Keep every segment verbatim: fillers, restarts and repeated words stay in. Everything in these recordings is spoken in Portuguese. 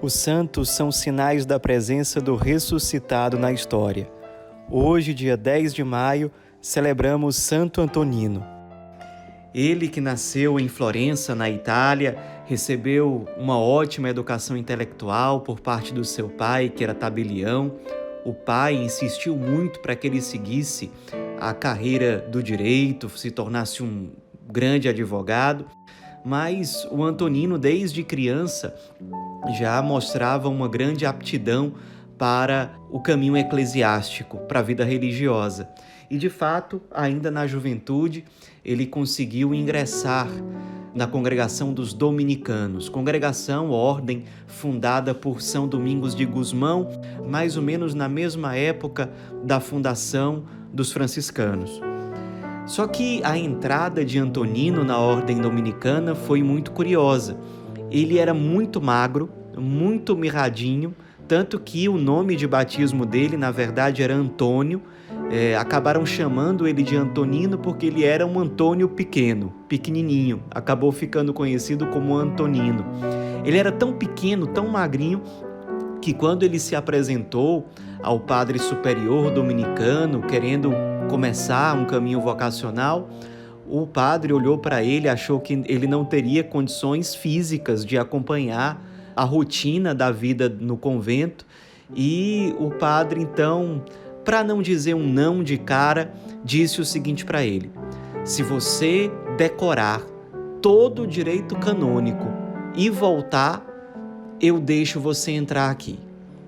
Os santos são sinais da presença do ressuscitado na história. Hoje, dia dez de maio, celebramos Santo Antonino. Ele que nasceu em Florença, na Itália, recebeu uma ótima educação intelectual por parte do seu pai, que era tabelião. O pai insistiu muito para que ele seguisse a carreira do direito, se tornasse um grande advogado. Mas o Antonino, desde criança, já mostrava uma grande aptidão para o caminho eclesiástico, para a vida religiosa. E, de fato, ainda na juventude, ele conseguiu ingressar na congregação dos dominicanos, congregação, ordem, fundada por São Domingos de Gusmão, mais ou menos na mesma época da fundação dos franciscanos. Só que a entrada de Antonino na ordem dominicana foi muito curiosa. Ele era muito magro, muito mirradinho, tanto que o nome de batismo dele, na verdade, era Antônio. É, acabaram chamando ele de Antonino porque ele era um Antônio pequeno, pequenininho. Acabou ficando conhecido como Antonino. Ele era tão pequeno, tão magrinho, que quando ele se apresentou ao padre superior dominicano, querendo começar um caminho vocacional, o padre olhou para ele, achou que ele não teria condições físicas de acompanhar a rotina da vida no convento, e o padre, então, para não dizer um não de cara, disse o seguinte para ele: se você decorar todo o direito canônico e voltar, eu deixo você entrar aqui.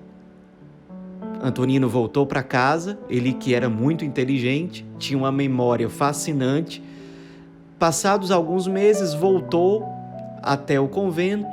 Antonino voltou para casa, ele que era muito inteligente, tinha uma memória fascinante. Passados alguns meses, voltou até o convento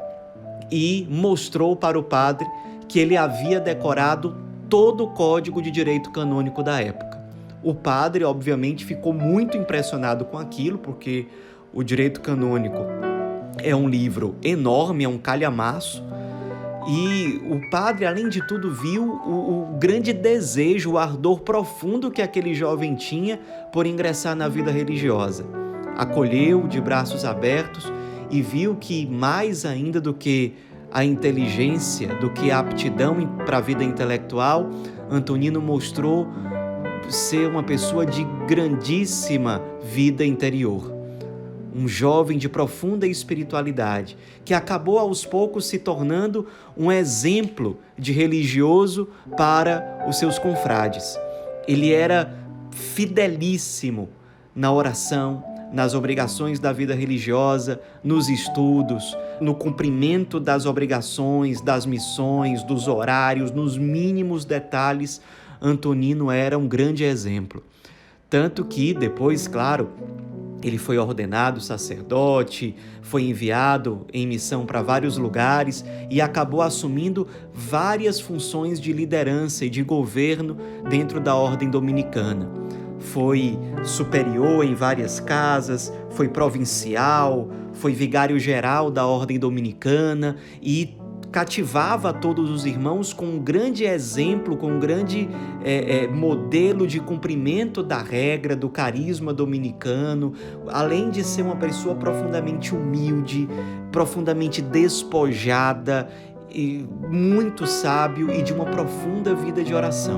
e mostrou para o padre que ele havia decorado todo o Código de Direito Canônico da época. O padre, obviamente, ficou muito impressionado com aquilo, porque o Direito Canônico é um livro enorme, é um calhamaço. E o padre, além de tudo, viu o, o grande desejo, o ardor profundo que aquele jovem tinha por ingressar na vida religiosa. Acolheu de braços abertos e viu que, mais ainda do que a inteligência, do que a aptidão para a vida intelectual, Antonino mostrou ser uma pessoa de grandíssima vida interior. Um jovem de profunda espiritualidade, que acabou aos poucos se tornando um exemplo de religioso para os seus confrades. Ele era fidelíssimo na oração, nas obrigações da vida religiosa, nos estudos, no cumprimento das obrigações, das missões, dos horários, nos mínimos detalhes. Antonino era um grande exemplo. Tanto que depois, claro, ele foi ordenado sacerdote, foi enviado em missão para vários lugares e acabou assumindo várias funções de liderança e de governo dentro da ordem dominicana. Foi superior em várias casas, foi provincial, foi vigário-geral da ordem dominicana e cativava todos os irmãos com um grande exemplo, com um grande é, é, modelo de cumprimento da regra, do carisma dominicano, além de ser uma pessoa profundamente humilde, profundamente despojada, e muito sábio e de uma profunda vida de oração.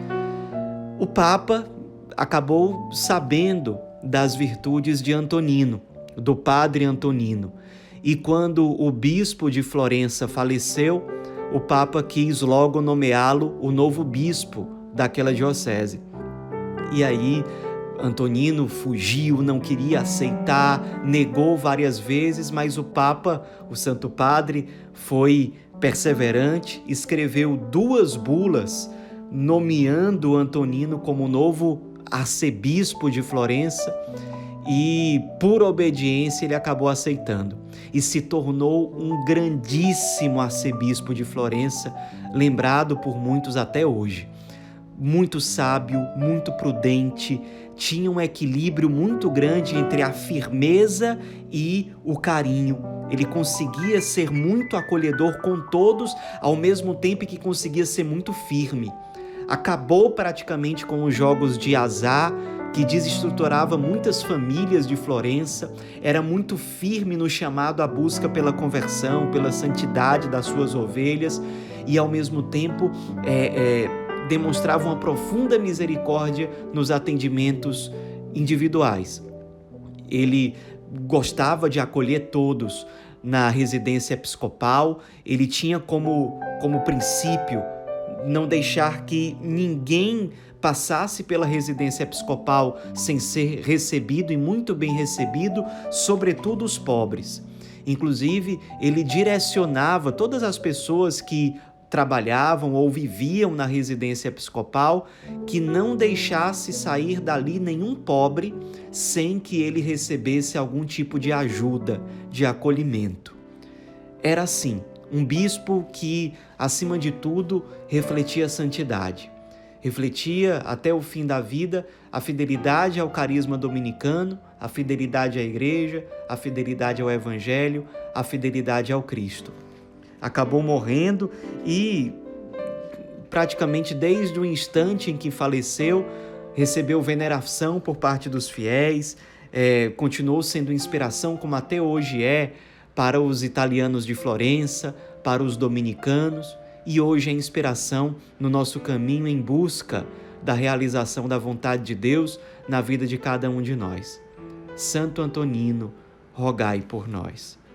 O Papa acabou sabendo das virtudes de Antonino, do padre Antonino. E quando o bispo de Florença faleceu, o Papa quis logo nomeá-lo o novo bispo daquela diocese. E aí Antonino fugiu, não queria aceitar, negou várias vezes, mas o Papa, o Santo Padre, foi perseverante, escreveu duas bulas nomeando Antonino como novo arcebispo de Florença. E, por obediência, ele acabou aceitando e se tornou um grandíssimo arcebispo de Florença, lembrado por muitos até hoje. Muito sábio, muito prudente, tinha um equilíbrio muito grande entre a firmeza e o carinho. Ele conseguia ser muito acolhedor com todos, ao mesmo tempo que conseguia ser muito firme. acabou praticamente com os jogos de azar, que desestruturava muitas famílias de Florença, era muito firme no chamado à busca pela conversão, pela santidade das suas ovelhas e, ao mesmo tempo, é, é, demonstrava uma profunda misericórdia nos atendimentos individuais. Ele gostava de acolher todos na residência episcopal, ele tinha como, como princípio não deixar que ninguém passasse pela residência episcopal sem ser recebido e muito bem recebido, sobretudo os pobres. Inclusive, ele direcionava todas as pessoas que trabalhavam ou viviam na residência episcopal que não deixasse sair dali nenhum pobre sem que ele recebesse algum tipo de ajuda, de acolhimento. Era assim, um bispo que, acima de tudo, refletia a santidade. Refletia até o fim da vida a fidelidade ao carisma dominicano, a fidelidade à igreja, a fidelidade ao evangelho, a fidelidade ao Cristo. Acabou morrendo e, praticamente desde o instante em que faleceu, recebeu veneração por parte dos fiéis, é, continuou sendo inspiração, como até hoje é, para os italianos de Florença, para os dominicanos, e hoje é inspiração no nosso caminho em busca da realização da vontade de Deus na vida de cada um de nós. Santo Antonino, rogai por nós.